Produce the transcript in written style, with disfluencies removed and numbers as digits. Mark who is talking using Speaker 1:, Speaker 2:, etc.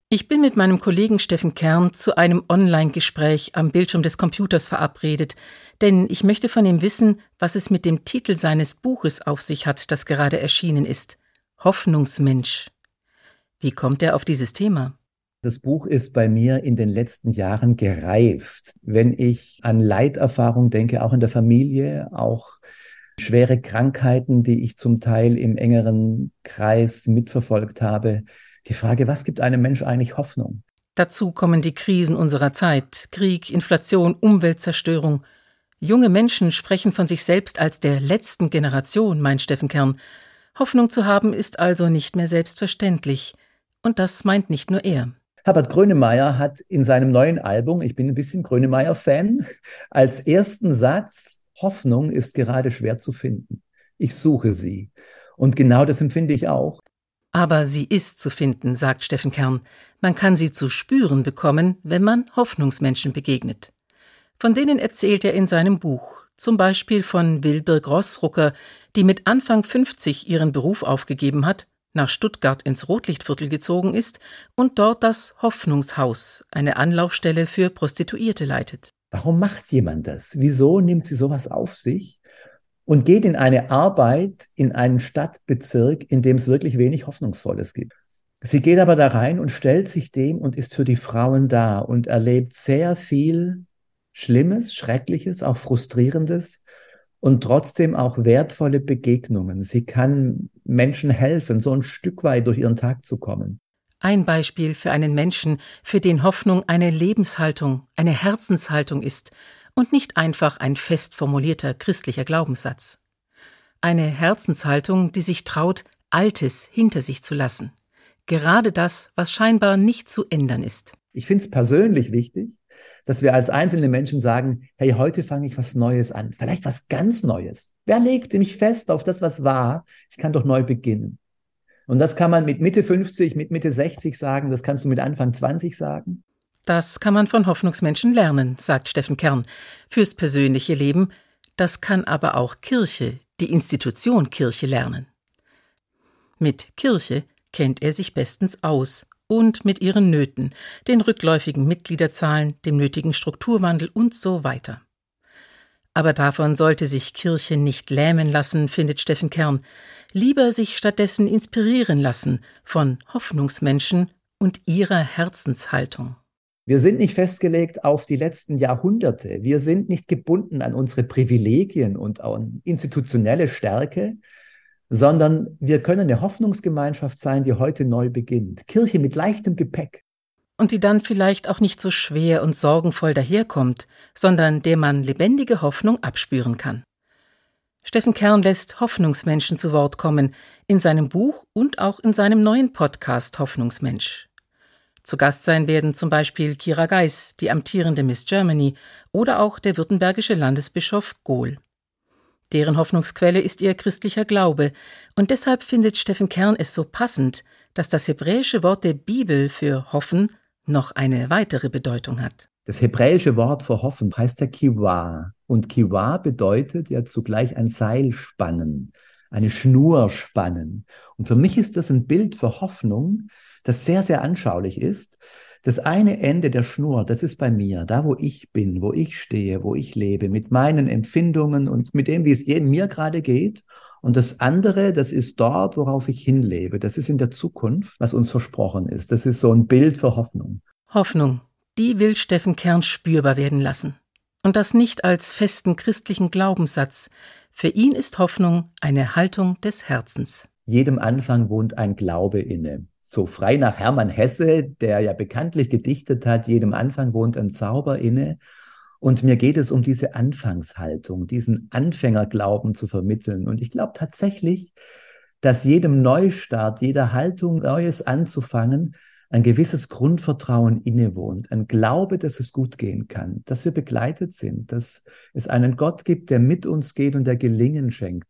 Speaker 1: Ich bin mit meinem Kollegen Steffen Kern zu einem Online-Gespräch am Bildschirm des Computers verabredet, denn ich möchte von ihm wissen, was es mit dem Titel seines Buches auf sich hat, das gerade erschienen ist: Hoffnungsmensch. Wie kommt er auf dieses Thema?
Speaker 2: Das Buch ist bei mir in den letzten Jahren gereift. Wenn ich an Leiterfahrung denke, auch in der Familie, auch schwere Krankheiten, die ich zum Teil im engeren Kreis mitverfolgt habe. Die Frage, was gibt einem Mensch eigentlich Hoffnung?
Speaker 1: Dazu kommen die Krisen unserer Zeit: Krieg, Inflation, Umweltzerstörung. Junge Menschen sprechen von sich selbst als der letzten Generation, meint Steffen Kern. Hoffnung zu haben ist also nicht mehr selbstverständlich. Und das meint nicht nur er.
Speaker 2: Herbert Grönemeyer hat in seinem neuen Album, ich bin ein bisschen Grönemeyer-Fan, als ersten Satz: Hoffnung ist gerade schwer zu finden. Ich suche sie. Und genau das empfinde ich auch.
Speaker 1: Aber sie ist zu finden, sagt Steffen Kern. Man kann sie zu spüren bekommen, wenn man Hoffnungsmenschen begegnet. Von denen erzählt er in seinem Buch, zum Beispiel von Wilbirg Roßrucker, die mit Anfang 50 ihren Beruf aufgegeben hat, nach Stuttgart ins Rotlichtviertel gezogen ist und dort das Hoffnungshaus, eine Anlaufstelle für Prostituierte, leitet.
Speaker 2: Warum macht jemand das? Wieso nimmt sie sowas auf sich und geht in eine Arbeit in einen Stadtbezirk, in dem es wirklich wenig Hoffnungsvolles gibt? Sie geht aber da rein und stellt sich dem und ist für die Frauen da und erlebt sehr viel Schlimmes, Schreckliches, auch Frustrierendes und trotzdem auch wertvolle Begegnungen. Sie kann Menschen helfen, so ein Stück weit durch ihren Tag zu kommen.
Speaker 1: Ein Beispiel für einen Menschen, für den Hoffnung eine Lebenshaltung, eine Herzenshaltung ist und nicht einfach ein fest formulierter christlicher Glaubenssatz. Eine Herzenshaltung, die sich traut, Altes hinter sich zu lassen. Gerade das, was scheinbar nicht zu ändern ist.
Speaker 2: Ich finde es persönlich wichtig, dass wir als einzelne Menschen sagen, hey, heute fange ich was Neues an, vielleicht was ganz Neues. Wer legte mich fest auf das, was war? Ich kann doch neu beginnen. Und das kann man mit Mitte 50, mit Mitte 60 sagen, das kannst du mit Anfang 20 sagen.
Speaker 1: Das kann man von Hoffnungsmenschen lernen, sagt Steffen Kern, fürs persönliche Leben. Das kann aber auch Kirche, die Institution Kirche, lernen. Mit Kirche kennt er sich bestens aus und mit ihren Nöten, den rückläufigen Mitgliederzahlen, dem nötigen Strukturwandel und so weiter. Aber davon sollte sich Kirche nicht lähmen lassen, findet Steffen Kern. Lieber sich stattdessen inspirieren lassen von Hoffnungsmenschen und ihrer Herzenshaltung.
Speaker 2: Wir sind nicht festgelegt auf die letzten Jahrhunderte. Wir sind nicht gebunden an unsere Privilegien und an institutionelle Stärke, sondern wir können eine Hoffnungsgemeinschaft sein, die heute neu beginnt. Kirche mit leichtem Gepäck.
Speaker 1: Und die dann vielleicht auch nicht so schwer und sorgenvoll daherkommt, sondern der man lebendige Hoffnung abspüren kann. Steffen Kern lässt Hoffnungsmenschen zu Wort kommen, in seinem Buch und auch in seinem neuen Podcast Hoffnungsmensch. Zu Gast sein werden zum Beispiel Kira Geis, die amtierende Miss Germany, oder auch der württembergische Landesbischof Gohl. Deren Hoffnungsquelle ist ihr christlicher Glaube, und deshalb findet Steffen Kern es so passend, dass das hebräische Wort der Bibel für hoffen noch eine weitere Bedeutung hat.
Speaker 2: Das hebräische Wort für hoffen heißt ja Kiwa. Und Kiwa bedeutet ja zugleich ein Seil spannen, eine Schnur spannen. Und für mich ist das ein Bild für Hoffnung, das sehr, sehr anschaulich ist. Das eine Ende der Schnur, das ist bei mir, da wo ich bin, wo ich stehe, wo ich lebe, mit meinen Empfindungen und mit dem, wie es mir gerade geht. Und das andere, das ist dort, worauf ich hinlebe. Das ist in der Zukunft, was uns versprochen ist. Das ist so ein Bild für Hoffnung.
Speaker 1: Hoffnung, die will Steffen Kern spürbar werden lassen. Und das nicht als festen christlichen Glaubenssatz. Für ihn ist Hoffnung eine Haltung des Herzens.
Speaker 2: Jedem Anfang wohnt ein Glaube inne. So frei nach Hermann Hesse, der ja bekanntlich gedichtet hat, jedem Anfang wohnt ein Zauber inne. Und mir geht es um diese Anfangshaltung, diesen Anfängerglauben zu vermitteln. Und ich glaube tatsächlich, dass jedem Neustart, jeder Haltung, Neues anzufangen, ein gewisses Grundvertrauen innewohnt, ein Glaube, dass es gut gehen kann, dass wir begleitet sind, dass es einen Gott gibt, der mit uns geht und der Gelingen schenkt.